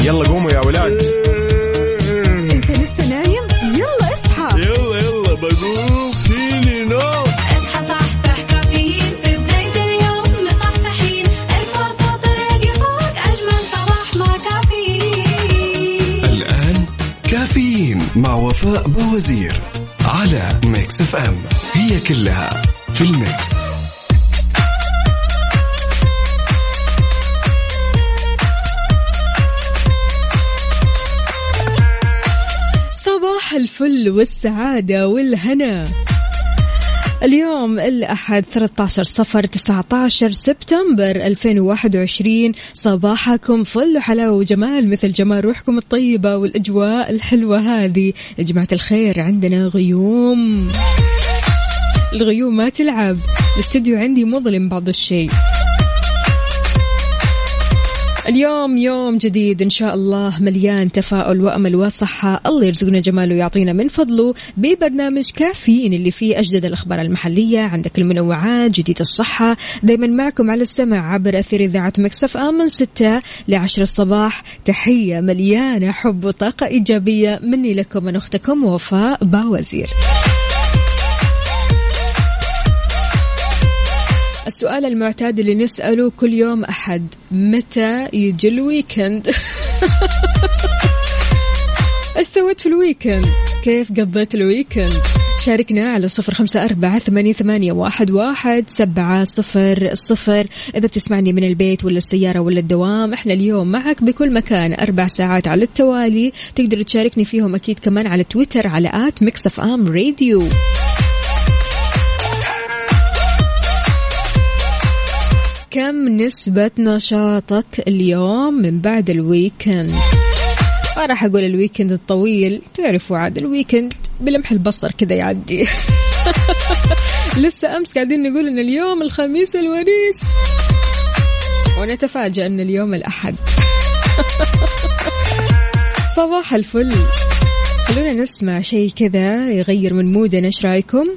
يلا قوموا يا ولاد. انت لسه نايم؟ يلا اصحى. يلا بقوم فيني نوم. اصحى صحصح كافيين في بداية اليوم مصحصحين. ارفع صوت الراديو فوق أجمل صباح مع كافيين. الآن كافيين مع وفاء بوزير على ميكس اف ام. هي كلها في الميكس. صباح الفل والسعادة والهنا. اليوم الأحد 13/0/19 سبتمبر 2021. صباحكم فل وحلاوة وجمال مثل جمال روحكم الطيبة والأجواء الحلوة هذه. يا جماعة الخير عندنا غيوم، الغيوم ما تلعب. الاستوديو عندي مظلم بعض الشيء. اليوم يوم جديد إن شاء الله مليان تفاؤل وأمل وصحة. الله يرزقنا جماله ويعطينا من فضله ببرنامج كافيين اللي فيه أجدد الأخبار المحلية، عندك المنوعات، جديد الصحة، دايما معكم على السمع عبر أثير إذاعة ميكس اف ام من 6 ل10 الصباح. تحية مليانة حب وطاقة إيجابية مني لكم من أختكم وفاء باوزير. السؤال المعتاد اللي نسأله كل يوم أحد: متى يجي الويكند؟ ايش سويت في الويكند؟ كيف قضيت الويكند؟ شاركنا على 0548811700. إذا بتسمعني من البيت ولا السيارة ولا الدوام، إحنا اليوم معك بكل مكان 4 ساعات على التوالي. تقدر تشاركني فيهم أكيد كمان على تويتر على @mixfmradio. كم نسبة نشاطك اليوم من بعد الويكند؟ ما راح أقول الويكند الطويل، تعرفوا عاد الويكند بلمح البصر كذا يعدي. لسه أمس قاعدين نقول إن اليوم الخميس الونيس، ونتفاجأ أن اليوم الأحد. صباح الفل. خلونا نسمع شيء كذا يغير من مودنا، إيش رأيكم؟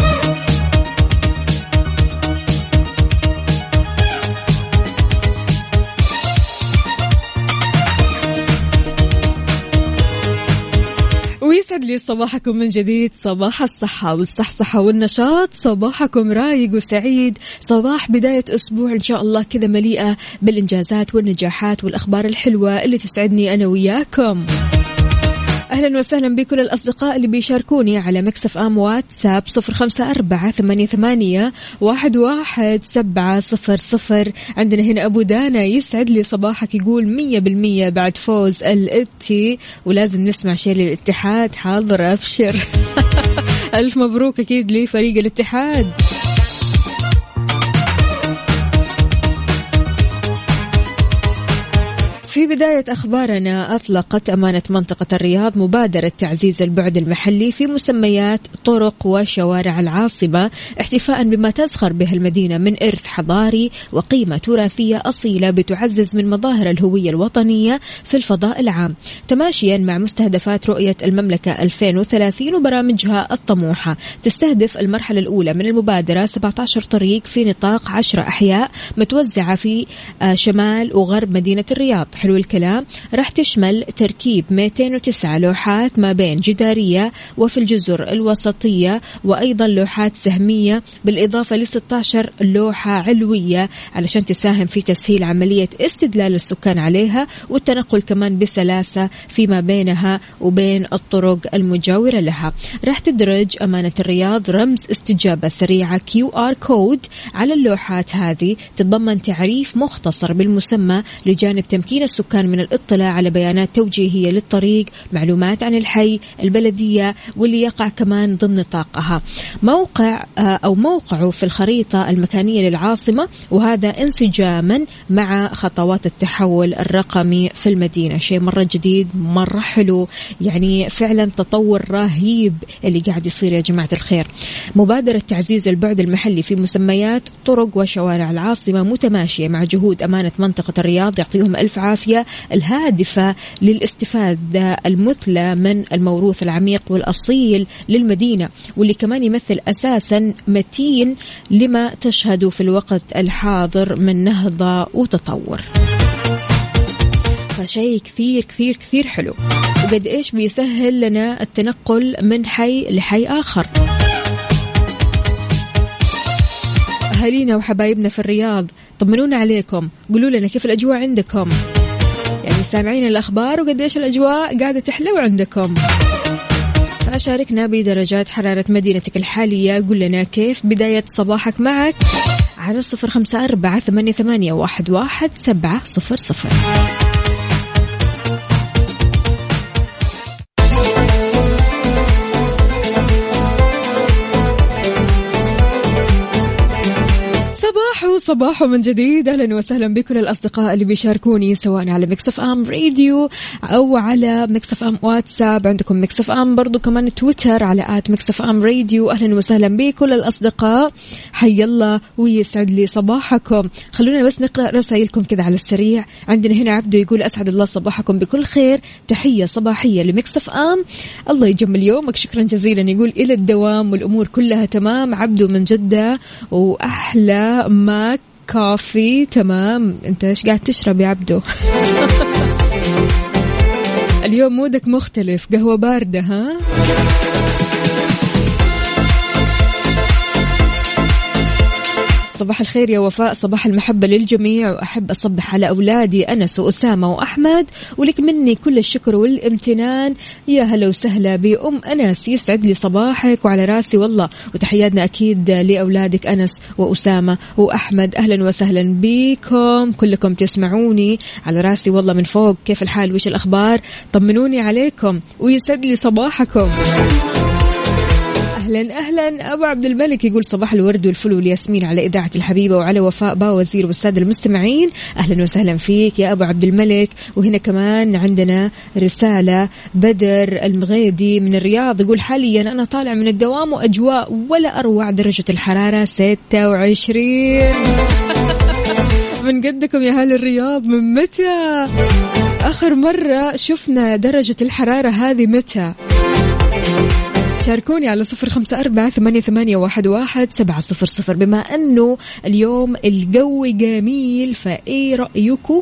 ويسعد لي صباحكم من جديد، صباح الصحة والصحصحة والنشاط، صباحكم رايق وسعيد، صباح بداية أسبوع إن شاء الله كذا مليئة بالإنجازات والنجاحات والأخبار الحلوة اللي تسعدني أنا وياكم. أهلا وسهلا بكل الأصدقاء اللي بيشاركوني على ميكس اف ام واتساب 0548811700. عندنا هنا أبو دانا، يسعد لي صباحك، يقول 100% بعد فوز الاتي ولازم نسمع شيء للاتحاد. حاضر أبشر. ألف مبروك أكيد لفريق الاتحاد. في بداية أخبارنا، أطلقت أمانة منطقة الرياض مبادرة تعزيز البعد المحلي في مسميات طرق وشوارع العاصمة، احتفاء بما تزخر به المدينة من إرث حضاري وقيمة تراثية أصيلة بتعزز من مظاهر الهوية الوطنية في الفضاء العام، تماشيا مع مستهدفات رؤية المملكة 2030 وبرامجها الطموحة. تستهدف المرحلة الأولى من المبادرة 17 طريق في نطاق 10 أحياء متوزعة في شمال وغرب مدينة الرياض. حلو الكلام. راح تشمل تركيب 209 لوحات ما بين جدارية وفي الجزر الوسطية، وأيضا لوحات سهمية، بالإضافة ل 16 لوحة علوية علشان تساهم في تسهيل عملية استدلال السكان عليها والتنقل كمان بسلاسة فيما بينها وبين الطرق المجاورة لها. راح تدرج أمانة الرياض رمز استجابة سريعة QR كود على اللوحات هذه، تتضمن تعريف مختصر بالمسمى لجانب تمكين السكان من الاطلاع على بيانات توجيهية للطريق، معلومات عن الحي، البلدية واللي يقع كمان ضمن نطاقها. موقعه في الخريطة المكانية للعاصمة، وهذا انسجاما مع خطوات التحول الرقمي في المدينة. شيء مرة جديد، مرة حلو، يعني فعلا تطور رهيب اللي قاعد يصير يا جماعة الخير. مبادرة تعزيز البعد المحلي في مسميات طرق وشوارع العاصمة متماشية مع جهود أمانة منطقة الرياض، يعطيهم ألف عافية، الهادفة للاستفادة المثلى من الموروث العميق والأصيل للمدينة، واللي كمان يمثل أساسا متين لما تشهد في الوقت الحاضر من نهضة وتطور. فشيء كثير كثير كثير حلو، وقد إيش بيسهل لنا التنقل من حي لحي آخر. أهالينا وحبايبنا في الرياض طمنونا عليكم، قولوا لنا كيف الأجواء عندكم، يعني سامعين الأخبار وقد إيش الأجواء قاعدة تحلو عندكم. فشاركنا بدرجات حرارة مدينتك الحالية، قول لنا كيف بداية صباحك معك على 0548811700. صباح من جديد، أهلا وسهلا بكل الأصدقاء اللي بيشاركوني سواء على ميكس اف ام راديو أو على ميكس اف ام واتساب، عندكم ميكس اف ام برضو كمان تويتر على @ميكس اف ام راديو. أهلا وسهلا بكل الأصدقاء، حي الله ويسعد لي صباحكم. خلونا بس نقرأ رسائلكم كذا على السريع. عندنا هنا عبدو يقول أسعد الله صباحكم بكل خير، تحية صباحية لميكس اف ام، الله يجمل يومك، شكرا جزيلا. يقول إلى الدوام والأمور كلها تمام، عبدو من جدة، وأحلى ما كافي. تمام، انت ايش قاعد تشرب يا عبدو؟ اليوم مودك مختلف، قهوة باردة ها؟ صباح الخير يا وفاء، صباح المحبة للجميع، وأحب أصبح على أولادي أنس وأسامة وأحمد، ولك مني كل الشكر والامتنان. يا هلا وسهلا بأم أنس، يسعد لي صباحك وعلى راسي والله، وتحياتنا أكيد لأولادك أنس وأسامة وأحمد. أهلا وسهلا بكم كلكم، تسمعوني على راسي والله من فوق. كيف الحال وإيش الأخبار؟ طمنوني عليكم ويسعد لي صباحكم. أهلا أهلا أبو عبد الملك يقول صباح الورد والفل والياسمين على إذاعة الحبيبة وعلى وفاء باوزير والسادة المستمعين. أهلا وسهلا فيك يا أبو عبد الملك. وهنا كمان عندنا رسالة بدر المغيدي من الرياض، يقول حاليا أنا طالع من الدوام وأجواء ولا أروع، درجة الحرارة 26. من قدكم يا أهل الرياض، من متى آخر مرة شفنا درجة الحرارة هذه؟ متى؟ شاركوني على 0548811700. بما أنه اليوم الجو جميل، فإيه رأيكم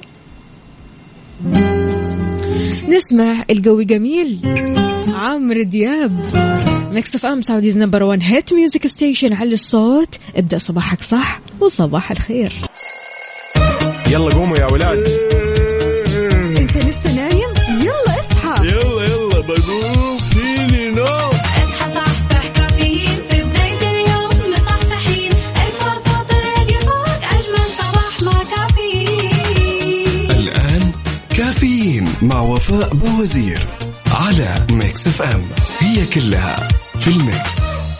نسمع الجو جميل عمرو دياب؟ ميكس اف ام سعوديز نمبر 1 هيت ميوزك ستيشن. على الصوت، ابدأ صباحك صح وصباح الخير. يلا قوموا يا ولاد. انت لسه نايم؟ يلا اصحى. يلا بقوم فيني نوم. اصحى صحصح كافيين في بداية اليوم مصحصحين، ارفع صوت الراديو فوق أجمل صباح مع كافيين. الآن كافيين مع وفاء باوزير على ميكس اف ام، هي كلها في الميكس.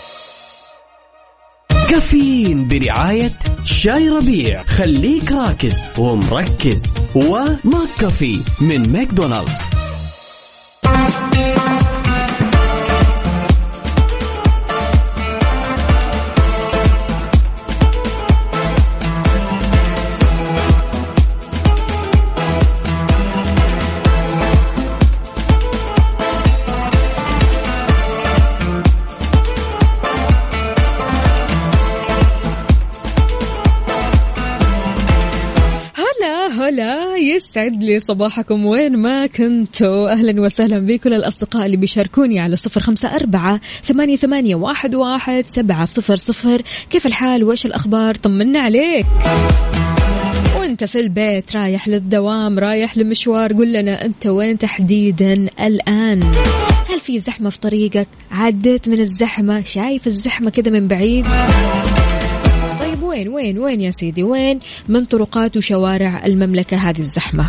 كافيين برعاية شاي ربيع، خليك راكز ومركز، وماك كافي من ماكدونالدز. هلا، يسعد لي صباحكم وين ما كنتوا. أهلا وسهلا بكل الأصدقاء اللي بيشاركوني على 0548811700. كيف الحال وإيش الأخبار؟ طمنا عليك. وانت في البيت، رايح للدوام، رايح لمشوار، قل لنا انت وين تحديدا الآن؟ هل في زحمة في طريقك؟ عديت من الزحمة؟ شايف الزحمة كده من بعيد؟ وين يا سيدي، وين من طرقات وشوارع المملكة هذه الزحمة؟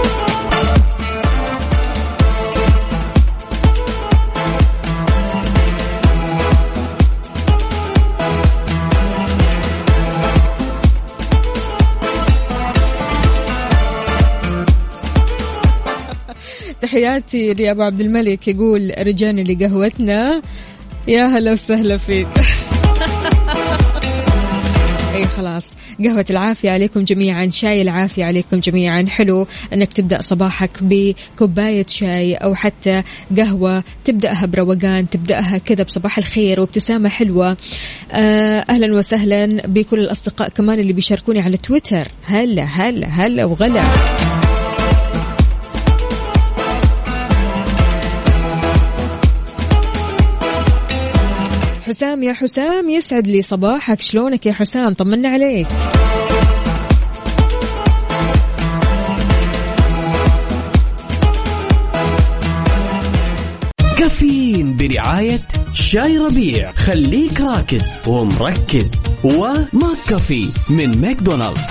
تحياتي لأبو عبد الملك، يقول رجعنا لقهوتنا. يا هلا وسهلا فيك. اي خلاص، قهوة العافية عليكم جميعا، شاي العافية عليكم جميعا. حلو انك تبدأ صباحك بكوباية شاي او حتى قهوة، تبدأها بروقان، تبدأها كذا بصباح الخير وابتسامة حلوة. اهلا وسهلا بكل الاصدقاء كمان اللي بيشاركوني على تويتر. هلا هلا هلا وغلا. حسام. يا حسام يسعد لي صباحك، شلونك يا حسام؟ طمنا عليك. كافيين برعاية شاي ربيع، خليك راكز ومركز، وماك كافي من ماكدونالدز.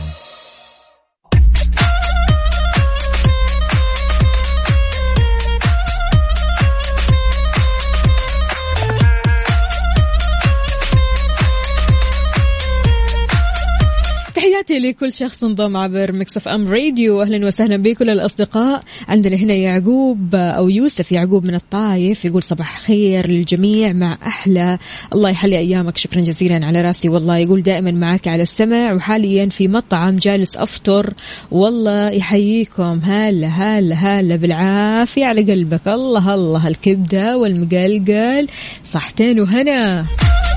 تحياتي لكل شخص انضم عبر ميكس اف ام راديو، اهلا وسهلا بكل الاصدقاء. عندنا هنا يعقوب او يوسف يعقوب من الطايف، يقول صباح خير للجميع مع احلى، الله يحلي ايامك، شكرا جزيلا على راسي والله. يقول دائما معك على السمع وحاليا في مطعم جالس افطر، والله يحييكم. هلا هلا هلا بالعافيه على قلبك. الله الله، الكبده والمقلقل صحتين وهنا.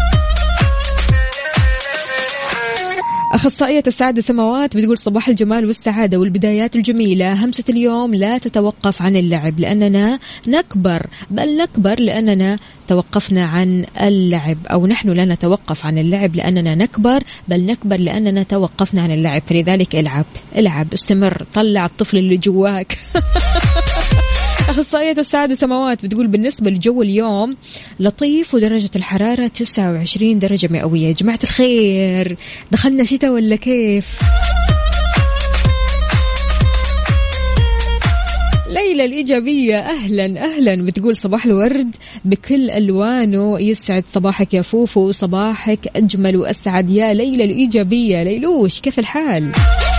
أخصائية السعادة سماوات بتقول صباح الجمال والسعادة والبدايات الجميلة. همسة اليوم لا تتوقف عن اللعب لأننا نكبر، بل نكبر لأننا توقفنا عن اللعب، أو نحن لا نتوقف عن اللعب لأننا نكبر، بل نكبر لأننا توقفنا عن اللعب. فلذلك العب العب، استمر، طلع الطفل اللي جواك. أخصائية السعادة سماوات بتقول بالنسبة للجو اليوم لطيف ودرجة الحرارة 29 درجة مئوية. يا جماعة الخير، دخلنا شتاء ولا كيف؟ ليلى الإيجابية أهلا أهلا، بتقول صباح الورد بكل ألوانه، يسعد صباحك يا فوفو، صباحك أجمل وأسعد يا ليلى الإيجابية. ليلوش كيف الحال؟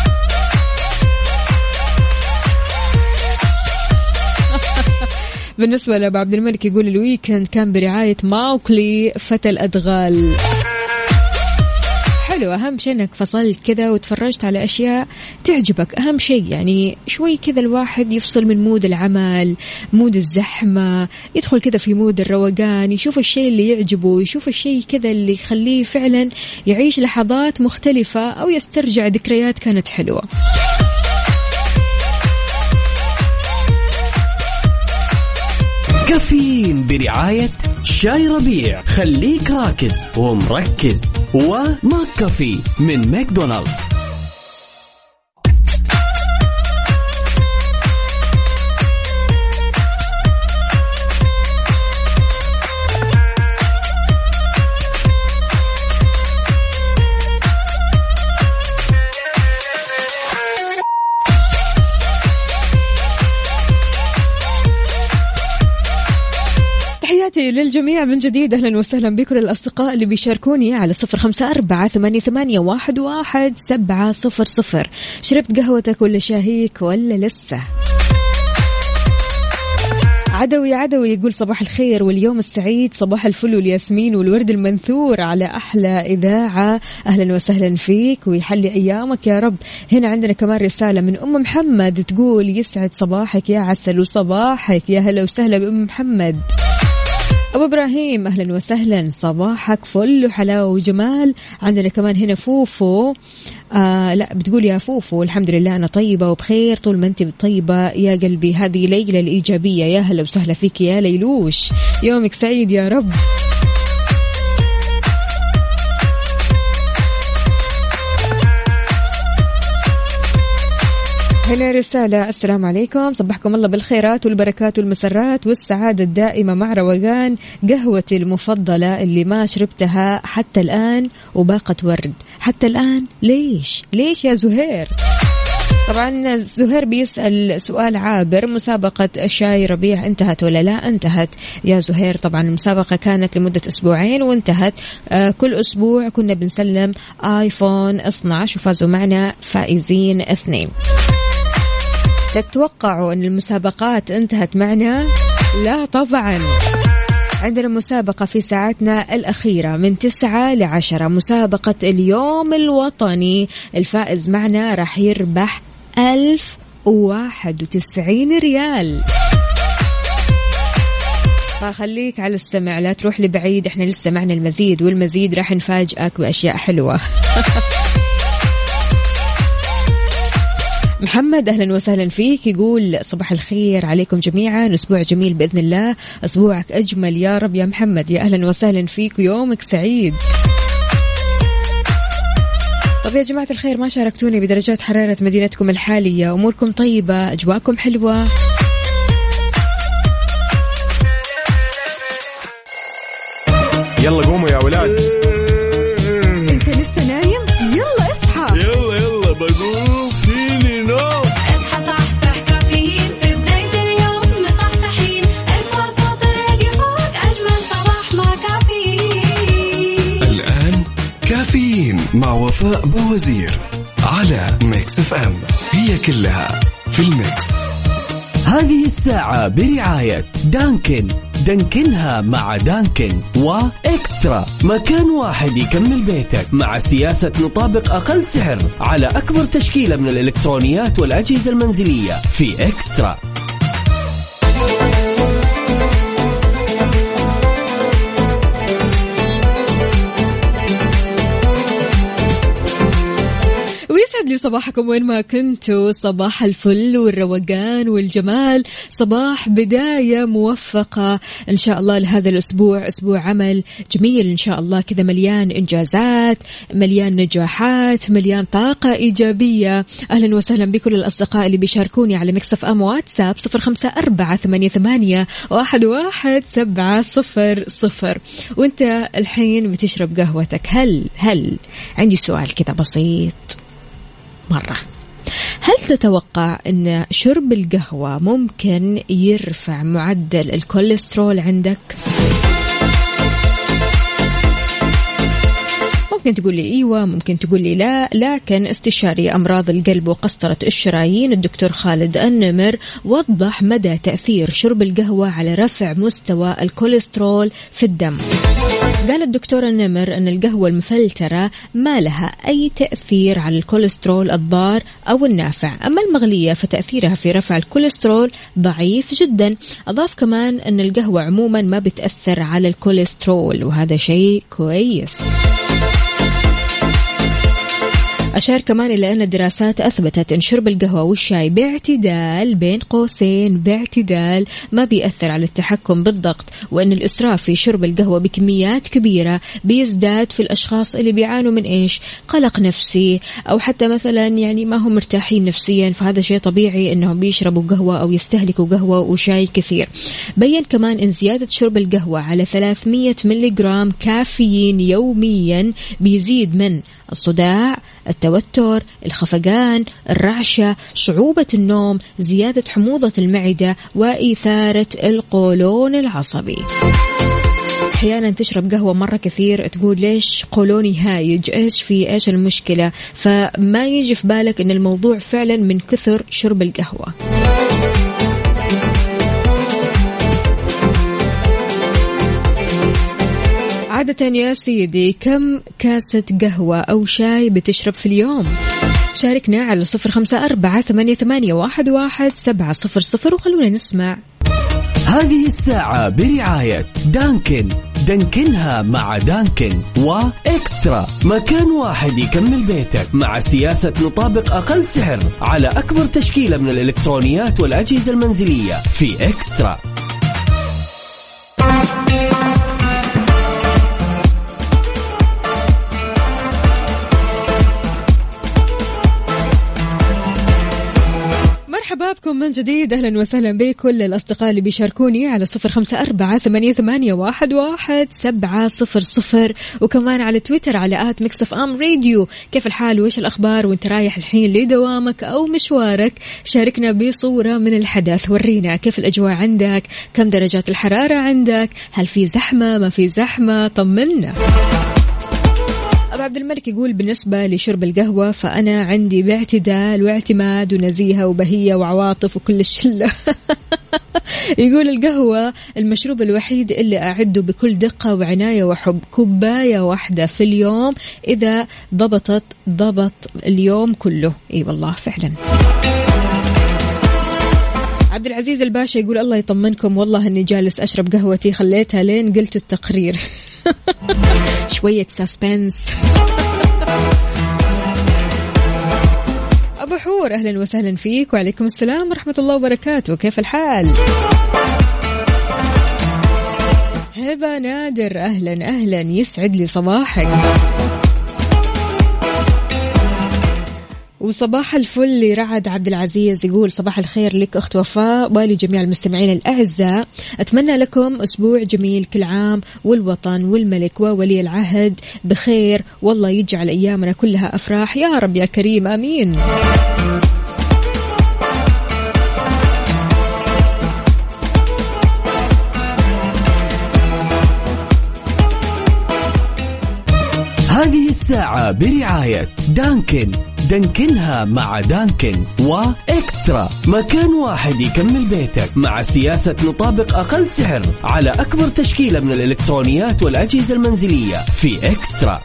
بالنسبة لأبو عبد الملك يقول الويكند كان برعاية ماوكلي فتى الأدغال. حلو، أهم شيء أنك فصلت كذا وتفرجت على أشياء تعجبك، أهم شيء يعني شوي كذا الواحد يفصل من مود العمل، مود الزحمة، يدخل كذا في مود الروقان، يشوف الشيء اللي يعجبه، يشوف الشيء كذا اللي يخليه فعلا يعيش لحظات مختلفة أو يسترجع ذكريات كانت حلوة. كافيين برعاية شاي ربيع، خليك راكز ومركز، وماك كافي من ماكدونالدز. للجميع من جديد، أهلا وسهلا بكل الأصدقاء اللي بيشاركوني على 0548811700. شربت قهوتك ولا شاهيك ولا لسه؟ عدوي عدوي يقول صباح الخير واليوم السعيد، صباح الفل والياسمين والورد المنثور على أحلى إذاعة، أهلا وسهلا فيك ويحلي أيامك يا رب. هنا عندنا كمان رسالة من أم محمد تقول يسعد صباحك يا عسل وصباحك، يا هلا وسهلا بأم محمد. أبو إبراهيم أهلا وسهلا، صباحك فل وحلاوة وجمال. عندنا كمان هنا فوفو لا بتقول يا فوفو الحمد لله أنا طيبة وبخير طول ما أنت طيبة يا قلبي. هذه ليلى الإيجابية، يا هلا وسهلا فيك يا ليلوش، يومك سعيد يا رب. هنا رسالة السلام عليكم، صبحكم الله بالخيرات والبركات والمسرات والسعادة الدائمة مع روقان قهوتي المفضلة اللي ما شربتها حتى الآن وباقت ورد. حتى الآن ليش يا زهير؟ طبعا زهير بيسأل سؤال عابر، مسابقة الشاي ربيع انتهت ولا لا؟ انتهت يا زهير، طبعا المسابقة كانت لمدة أسبوعين وانتهت. كل أسبوع كنا بنسلم آيفون 12 وفازوا معنا فائزين 2. تتوقعوا أن المسابقات انتهت معنا؟ لا طبعا، عندنا مسابقة في ساعتنا الأخيرة من 9 ل10، مسابقة اليوم الوطني. الفائز معنا راح يربح 1091 ريال. فخليك على السمع، لا تروح لبعيد، احنا لسه معنا المزيد، والمزيد راح نفاجئك بأشياء حلوة. محمد أهلا وسهلا فيك، يقول صباح الخير عليكم جميعا، أسبوع جميل بإذن الله، أسبوعك أجمل يا رب يا محمد. يا أهلا وسهلا فيك ويومك سعيد. طب يا جماعة الخير، ما شاركتوني بدرجات حرارة مدينتكم الحالية؟ أموركم طيبة؟ أجواءكم حلوة؟ يلا قوموا يا ولاد. أنت لسه نايم؟ يلا اصحى. يلا بقوم فيني نوم. اصحى صحصح كافيين في بداية اليوم مصحصحين، ارفع صوت الراديو فوق أجمل صباح مع كافيين. الآن كافيين مع وفاء بوزير على ميكس اف ام، هي كلها في الميكس. هذه الساعة برعاية دانكن، دانكنها مع دانكن، وإكسترا، مكان واحد يكمل بيتك مع سياسة نطابق أقل سعر على أكبر تشكيلة من الإلكترونيات والأجهزة المنزلية في إكسترا. ويسعد لي صباحكم وين ما كنتوا، صباح الفل والروقان والجمال، صباح بداية موفقة إن شاء الله لهذا الأسبوع، أسبوع عمل جميل إن شاء الله كذا، مليان إنجازات، مليان نجاحات، مليان طاقة إيجابية. أهلا وسهلا بكل الأصدقاء اللي بيشاركوني على ميكس اف ام واتساب 0548811700. وانت الحين بتشرب قهوتك، هل عندي سؤال كذا بسيط مرة، هل تتوقع أن شرب القهوة ممكن يرفع معدل الكوليسترول عندك؟ ممكن تقول لي إيوة، ممكن تقول لي لا، لكن استشاري أمراض القلب وقسطرة الشرايين الدكتور خالد النمر وضح مدى تأثير شرب القهوة على رفع مستوى الكوليسترول في الدم. قال الدكتور النمر أن القهوة المفلترة ما لها أي تأثير على الكوليسترول الضار أو النافع، أما المغلية فتأثيرها في رفع الكوليسترول ضعيف جدا. أضاف كمان أن القهوة عموما ما بتأثر على الكوليسترول، وهذا شيء كويس. أشار كمان إلى أن الدراسات أثبتت أن شرب القهوة والشاي باعتدال، بين قوسين باعتدال، ما بيأثر على التحكم بالضغط، وأن الإسراف في شرب القهوة بكميات كبيرة بيزداد في الأشخاص اللي بيعانوا من إيش؟ قلق نفسي، أو حتى مثلا يعني ما هم مرتاحين نفسيا، فهذا شيء طبيعي أنهم بيشربوا قهوة أو يستهلكوا قهوة وشاي كثير. بيّن كمان أن زيادة شرب القهوة على 300 ملغرام كافيين يوميا بيزيد من الصداع، التوتر، الخفقان، الرعشة، صعوبة النوم، زيادة حموضة المعدة، وإثارة القولون العصبي. أحيانا تشرب قهوة مرة كثير، تقول ليش قولوني هايج، إيش المشكلة، فما يجي في بالك أن الموضوع فعلا من كثر شرب القهوة. عادة يا سيدي كم كاسة قهوة أو شاي بتشرب في اليوم؟ شاركنا على 0548811700 وخلونا نسمع. هذه الساعة برعاية دانكن، دانكنها مع دانكن، وإكسترا، مكان واحد يكمل بيتك مع سياسة نطابق أقل سعر على أكبر تشكيلة من الإلكترونيات والأجهزة المنزلية في إكسترا. مرحبا بكم من جديد، أهلا وسهلا بكل الأصدقاء اللي بيشاركوني على 0548811700 وكمان على تويتر على @mixfmradio. كيف الحال وإيش الأخبار وانت رايح الحين لدوامك أو مشوارك؟ شاركنا بصورة من الحدث، ورينا كيف الأجواء عندك، كم درجات الحرارة عندك، هل في زحمة ما في زحمة، طمنا. أبو عبد الملك يقول بالنسبة لشرب القهوة فأنا عندي باعتدال واعتماد ونزيهة وبهية وعواطف وكل الشلة. يقول القهوة المشروب الوحيد اللي أعده بكل دقة وعناية وحب، كوباية واحدة في اليوم إذا ضبط اليوم كله. إي والله فعلا. عبد العزيز الباشا يقول الله يطمنكم، والله أني جالس أشرب قهوتي خليتها لين قلت التقرير. شوية ساسبنس. أبو حور أهلا وسهلا فيك. وعليكم السلام ورحمة الله وبركاته، كيف الحال؟ هبة نادر أهلا أهلا، يسعد لي صباحك. وصباح الفل لرعد عبد العزيز، يقول صباح الخير لك أخت وفاء ولجميع المستمعين الأعزاء، أتمنى لكم أسبوع جميل كل عام والوطن والملك وولي العهد بخير، والله يجعل أيامنا كلها أفراح يا رب يا كريم، آمين. هذه الساعة برعاية دانكن، دانكنها مع دانكن، وإكسترا، مكان واحد يكمل بيتك مع سياسة نطابق أقل سعر على أكبر تشكيلة من الإلكترونيات والأجهزة المنزلية في إكسترا.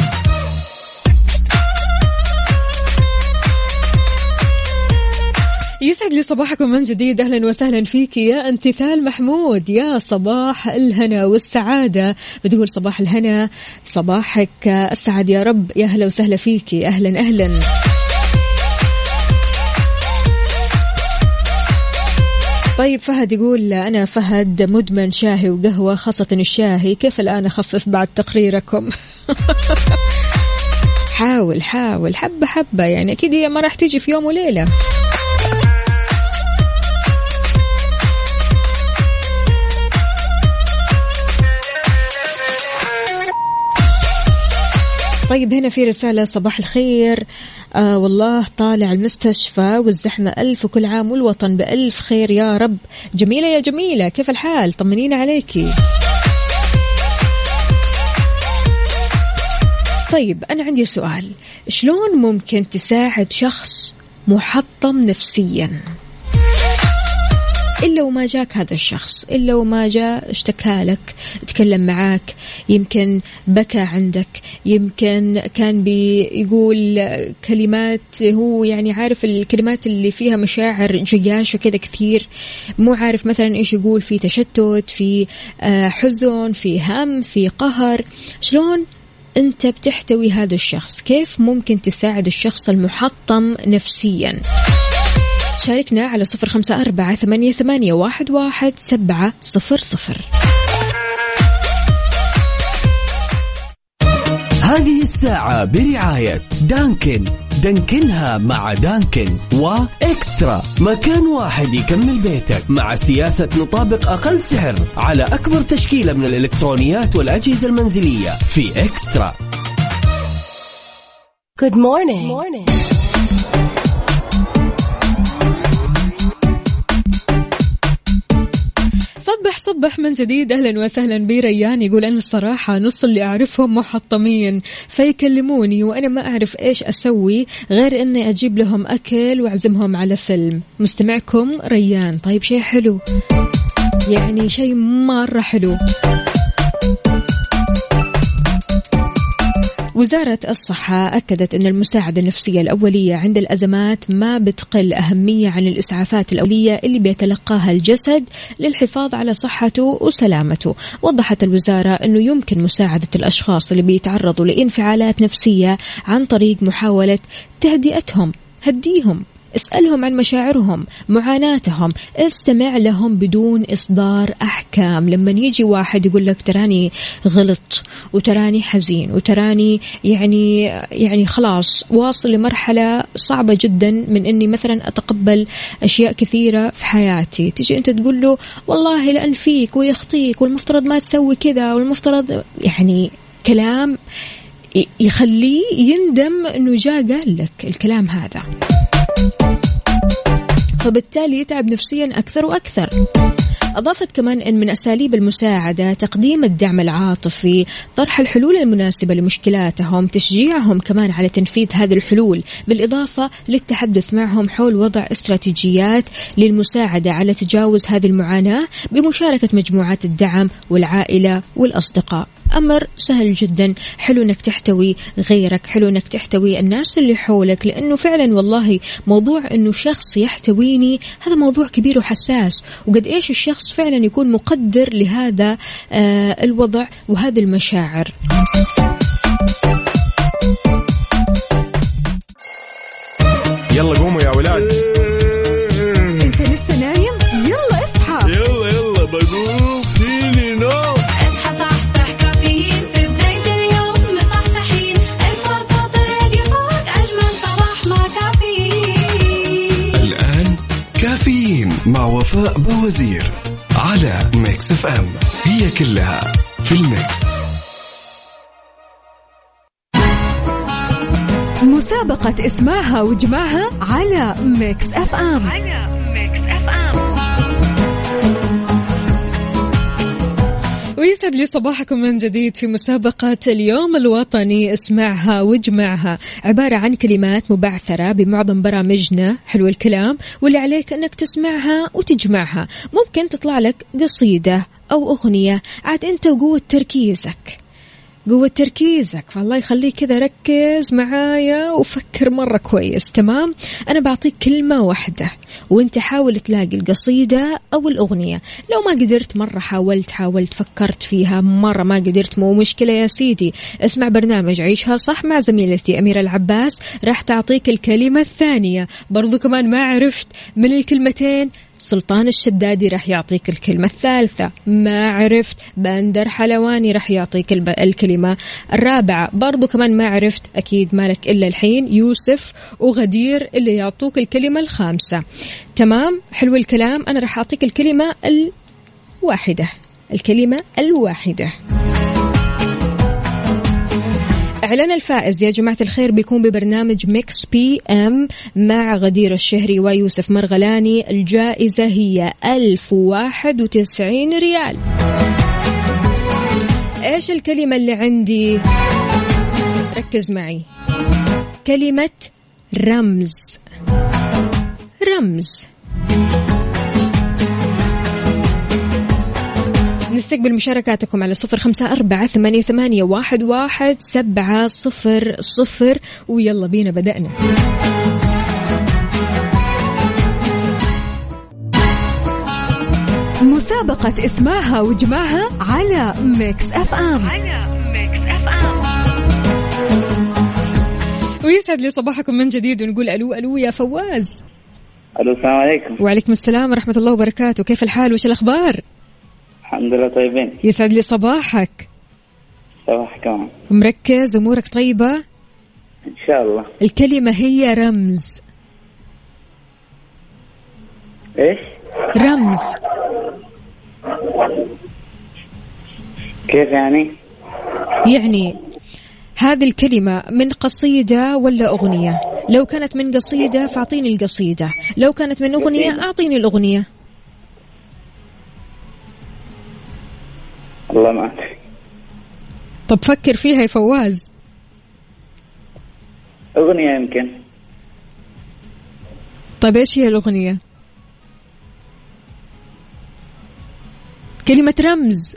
يسعد لي صباحكم من جديد، أهلا وسهلا فيك يا انتثال محمود، يا صباح الهنا والسعادة. بتقول صباح الهنا، صباحك السعد يا رب، يا أهلا وسهلا فيك، أهلا أهلا. طيب فهد يقول أنا فهد مدمن شاهي وقهوة، خاصة الشاهي، كيف الآن أخفف بعد تقريركم؟ حاول حبة حبة، يعني أكيد هي ما راح تيجي في يوم وليلة. طيب هنا في رسالة، صباح الخير، والله طالع المستشفى والزحمة ألف، وكل عام والوطن بألف خير يا رب. جميلة يا جميلة، كيف الحال؟ طمنينا عليكي. طيب أنا عندي سؤال، شلون ممكن تساعد شخص محطم نفسيا؟ إلا وما جاك هذا الشخص، إلا وما جاء اشتكى لك، تكلم معاك، يمكن بكى عندك، يمكن كان بيقول كلمات هو يعني عارف الكلمات اللي فيها مشاعر جياشة كده كثير، مو عارف مثلا إيش يقول، في تشتت، في حزن، في هم، في قهر. شلون أنت بتحتوي هذا الشخص؟ كيف ممكن تساعد الشخص المحطم نفسيا؟ شاركنا على 0548811700. هذه الساعة برعاية دانكن، دانكنها مع دانكن، وإكسترا، مكان واحد يكمل بيتك مع سياسة نطابق أقل سعر على أكبر تشكيلة من الإلكترونيات والأجهزة المنزلية في إكسترا. Good morning. صبح من جديد، أهلا وسهلا بريان، يقول أنا الصراحة نص اللي أعرفهم محطمين، فيكلموني وأنا ما أعرف إيش أسوي غير أني أجيب لهم أكل وأعزمهم على فيلم. مستمعكم ريان. طيب شيء حلو، يعني شيء مرة حلو. وزارة الصحة أكدت أن المساعدة النفسية الأولية عند الأزمات ما بتقل أهمية عن الإسعافات الأولية اللي بيتلقاها الجسد للحفاظ على صحته وسلامته. وضحت الوزارة أنه يمكن مساعدة الأشخاص اللي بيتعرضوا لانفعالات نفسية عن طريق محاولة تهدئتهم. هديهم، اسألهم عن مشاعرهم، معاناتهم، استمع لهم بدون إصدار أحكام. لما يجي واحد يقول لك تراني غلط وتراني حزين وتراني يعني خلاص واصل لمرحلة صعبة جدا من أني مثلا أتقبل أشياء كثيرة في حياتي، تيجي أنت تقول له والله لأن فيك ويخطيك والمفترض ما تسوي كذا والمفترض، يعني كلام يخليه يندم أنه جاء قال لك الكلام هذا، فبالتالي يتعب نفسيا أكثر وأكثر. أضافت كمان أن من أساليب المساعدة تقديم الدعم العاطفي، طرح الحلول المناسبة لمشكلاتهم، تشجيعهم كمان على تنفيذ هذه الحلول، بالإضافة للتحدث معهم حول وضع استراتيجيات للمساعدة على تجاوز هذه المعاناة بمشاركة مجموعات الدعم والعائلة والأصدقاء. أمر سهل جدا، حلو أنك تحتوي غيرك، حلو أنك تحتوي الناس اللي حولك، لأنه فعلا والله موضوع أنه شخص يحتويني هذا موضوع كبير وحساس، وقد إيش الشخص فعلا يكون مقدر لهذا الوضع وهذه المشاعر. يلا كافيين مع وفاء بوزير على ميكس اف ام. هي كلها في الميكس. مسابقة اسمعها وجمعها على ميكس اف ام. ويسعد لي صباحكم من جديد في مسابقة اليوم الوطني اسمعها وجمعها، عبارة عن كلمات مبعثرة بمعظم برامجنا. حلو الكلام، واللي عليك أنك تسمعها وتجمعها. ممكن تطلع لك قصيدة أو أغنية، عاد أنت وقوة تركيزك، قوة تركيزك، فالله يخليك كذا ركز معايا وفكر مرة كويس. تمام؟ أنا بعطيك كلمة واحدة وانت حاول تلاقي القصيدة أو الأغنية. لو ما قدرت مرة حاولت فكرت فيها مرة ما قدرت، مو مشكلة يا سيدي، اسمع برنامج عيشها صح مع زميلتي أميرة العباس، راح تعطيك الكلمة الثانية. برضو كمان ما عرفت من الكلمتين، سلطان الشدادي راح يعطيك الكلمة الثالثة. ما عرفت، بندر حلواني راح يعطيك الكلمة الرابعة. برضو كمان ما عرفت، أكيد مالك إلا الحين يوسف وغدير اللي يعطوك الكلمة الخامسة. تمام؟ حلو الكلام. أنا راح أعطيك الكلمة الواحدة. إعلان الفائز يا جماعة الخير بيكون ببرنامج ميكس بي ام مع غدير الشهري ويوسف مرغلاني. الجائزة هي 1091 ريال. إيش الكلمة اللي عندي؟ ركز معي، كلمة رمز. نستقبل مشاركاتكم على 0548811700. ويلا بينا بدأنا. مسابقة اسمعها وجمعها على ميكس اف ام. ويسعد لي صباحكم من جديد ونقول ألو يا فواز. الو السلام عليكم. وعليكم السلام ورحمة الله وبركاته، كيف الحال وش الأخبار؟ الحمد لله طيبين. يسعد لي صباحك. صباح كمان. مركز، أمورك طيبة إن شاء الله. الكلمة هي رمز. إيش؟ رمز. كيف يعني؟ يعني هذه الكلمة من قصيدة ولا أغنية؟ لو كانت من قصيدة فأعطيني القصيدة، لو كانت من أغنية أعطيني الأغنية. الله ما أدري. طب فكر فيها يا فواز. أغنية يمكن. طيب إيش هي الأغنية؟ كلمة رمز.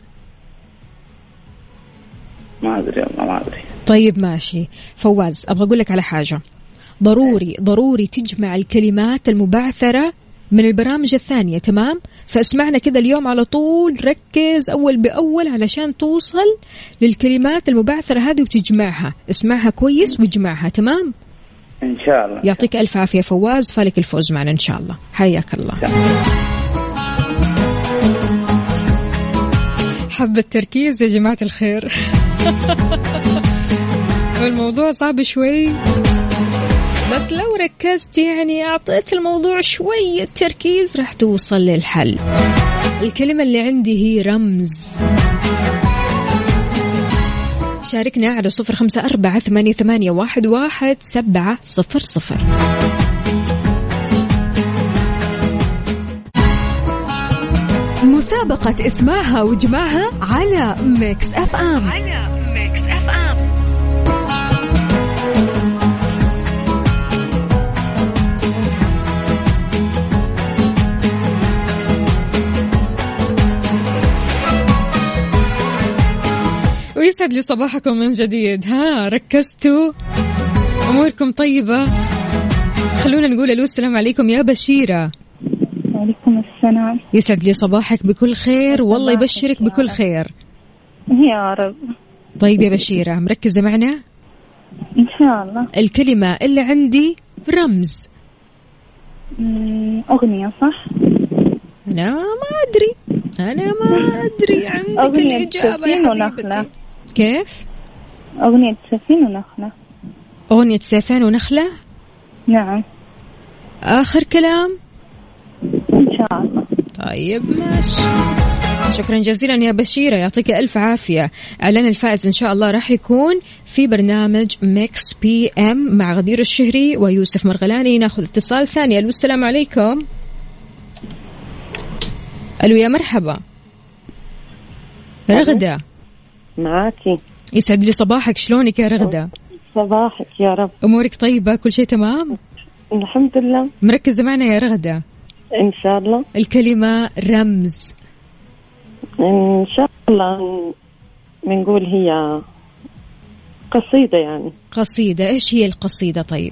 ما أدري والله ما أدري. طيب ماشي فواز، أبغى أقول لك على حاجة. ضروري تجمع الكلمات المبعثرة من البرامج الثانية. تمام؟ فاسمعنا كذا اليوم على طول، ركز أول بأول علشان توصل للكلمات المبعثرة هذه وتجمعها. اسمعها كويس وجمعها. تمام؟ إن شاء الله. يعطيك ألف عافية فواز، فالك الفوز معنا إن شاء الله. حياك الله. حب التركيز يا جماعة الخير. والموضوع صعب شوي، بس لو ركزت يعني أعطيت الموضوع شوية تركيز راح توصل للحل. الكلمة اللي عندي هي رمز. شاركنا على 0548811700. مسابقة اسمعها وجمعها على ميكس اف ام. ويسعد لي صباحكم من جديد. ها ركزتوا؟ أموركم طيبة؟ خلونا نقول ألو السلام عليكم يا بشيرة. وعليكم السلام. يسعد لي صباحك بكل خير، والله يبشرك بكل خير يا رب. طيب يا بشيرة مركزة معنا؟ إن شاء الله. الكلمة اللي عندي رمز. أغنية صح؟ أنا ما أدري عندك الإجابة يا حبيبتي. كيف؟ أغنية سفين ونخلة. أغنية سيفين ونخلة؟ نعم. آخر كلام؟ شاء الله. طيب ماشي، شكرا جزيلا يا بشيرة، يعطيك ألف عافية. إعلان الفائز إن شاء الله راح يكون في برنامج ميكس بي ام مع غدير الشهري ويوسف مرغلاني. ناخذ اتصال ثاني. ألو السلام عليكم. ألو يا مرحبا. رغدة معاكي. يسعد لي صباحك، شلونك يا رغدة؟ صباحك يا رب. أمورك طيبة؟ كل شيء تمام؟ الحمد لله. مركزة معنا يا رغدة؟ إن شاء الله. الكلمة رمز. إن شاء الله بنقول هي قصيدة يعني. قصيدة. إيش هي القصيدة طيب؟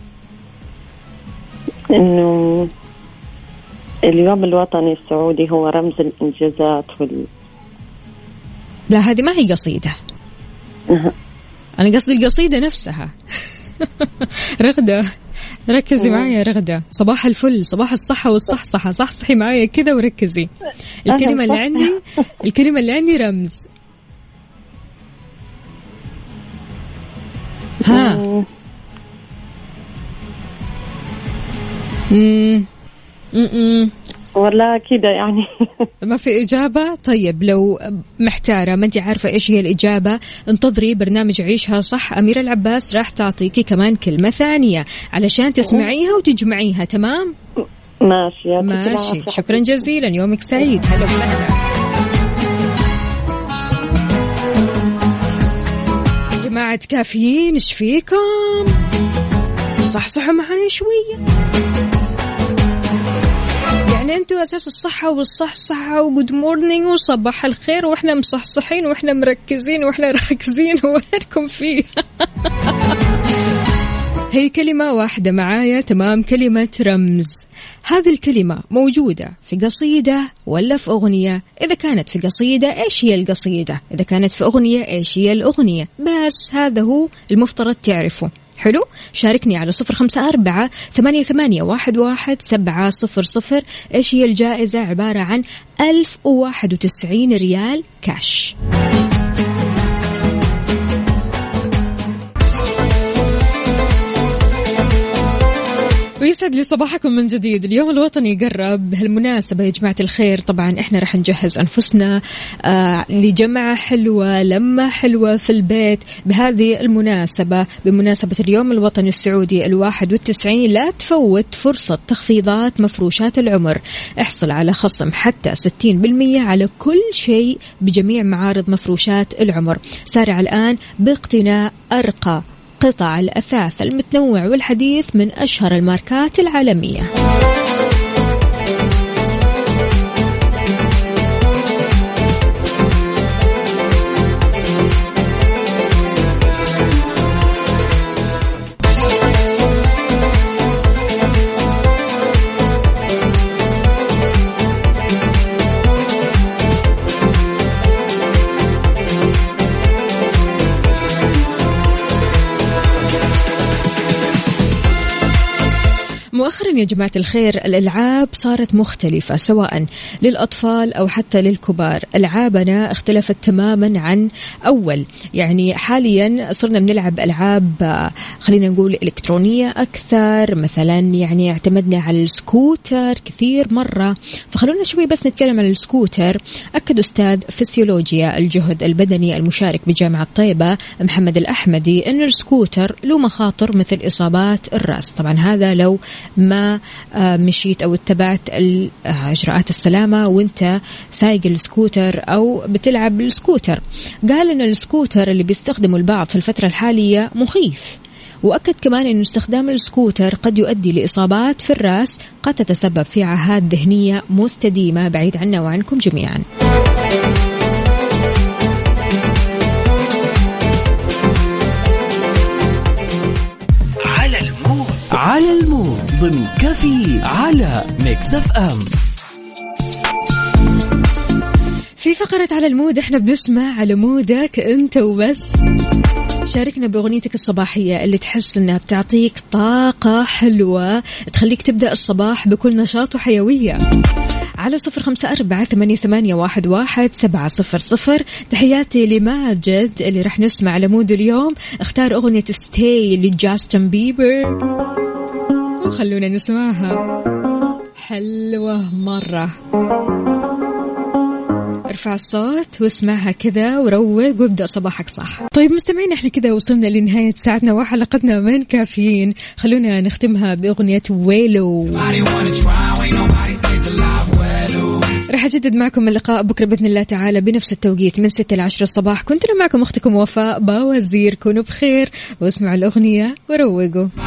إنه اليوم الوطني السعودي هو رمز الإنجازات لا هذه ما هي قصيدة. أنا قصدي القصيدة نفسها. رغدة ركزي معايا يا رغدة. صباح الفل، صباح الصحة والصحصحة، صحصحي معايا كذا وركزي. الكلمة اللي عندي رمز. ها ولا كده يعني. ما في إجابة؟ طيب لو محتارة ما أنت عارفة إيش هي الإجابة، انتظري برنامج عيشها صح. أميرة العباس راح تعطيكي كمان كلمة ثانية علشان تسمعيها وتجمعيها. تمام ماشي. ماشي، شكرا جزيلا، يومك سعيد. هلا وسهلا. جماعة كافيين إيش فيكم؟ صحصحوا معاي شوية. يعني أنتوا أساس الصحة والصحصحة وجود مورنينج وصباح الخير، وإحنا مصحصحين وإحنا مركزين وإحنا راكزين. وينكم فيه؟ هي كلمة واحدة معايا. تمام، كلمة رمز. هذه الكلمة موجودة في قصيدة ولا في أغنية؟ إذا كانت في قصيدة إيش هي القصيدة؟ إذا كانت في أغنية إيش هي الأغنية؟ بس هذا هو المفترض تعرفه. حلو، شاركني على 0548811700. إيش هي الجائزة؟ عبارة عن 1091 ريال كاش. ويسعد لي صباحكم من جديد. اليوم الوطني قرب. بهالمناسبة يا جماعة الخير طبعا احنا رح نجهز أنفسنا لجمعة حلوة، لمة حلوة في البيت. بهذه المناسبة، بمناسبة اليوم الوطني السعودي 91، لا تفوت فرصة تخفيضات مفروشات العمر. احصل على خصم حتى 60% على كل شيء بجميع معارض مفروشات العمر. سارع الآن باقتناء أرقى قطع الأثاث المتنوع والحديث من أشهر الماركات العالمية. مؤخرا يا جماعة الخير الألعاب صارت مختلفة سواء للأطفال أو حتى للكبار. ألعابنا اختلفت تماما عن أول. يعني حاليا صرنا بنلعب ألعاب خلينا نقول إلكترونية أكثر. مثلا يعني اعتمدنا على السكوتر كثير مرة. فخلونا شوي بس نتكلم عن السكوتر. أكد أستاذ فسيولوجيا الجهد البدني المشارك بجامعة طيبة محمد الأحمدي أن السكوتر له مخاطر مثل إصابات الرأس. طبعا هذا لو ما مشيت أو اتبعت إجراءات السلامة وانت سايق السكوتر أو بتلعب السكوتر. قال أن السكوتر اللي بيستخدمه البعض في الفترة الحالية مخيف. وأكد كمان أن استخدام السكوتر قد يؤدي لإصابات في الرأس قد تتسبب في عاهات ذهنية مستديمة بعيد عنا وعنكم جميعا. على المود ضمن كافيين على ميكس اف ام. في فقرة على المود احنا بنسمع على مودك انت وبس. شاركنا بأغنيتك الصباحية اللي تحس انها بتعطيك طاقة حلوة تخليك تبدأ الصباح بكل نشاط وحيوية على 0548811700. تحياتي لماجد اللي رح نسمع على مود اليوم. اختار أغنية ستاي لجاستن بيبر وخلونا نسمعها. حلوة مرة. ارفع الصوت واسمعها كذا وروق وابدأ صباحك صح. طيب مستمعين، احنا كذا وصلنا لنهاية ساعتنا وحلقتنا من كافيين. خلونا نختمها بأغنية ويلو. راح أجدد معكم اللقاء بكرة بإذن الله تعالى بنفس التوقيت من 6 ل 10 الصباح. كنت أنا معكم أختكم وفاء باوزير. كونوا بخير واسمعوا الأغنية وروقوا.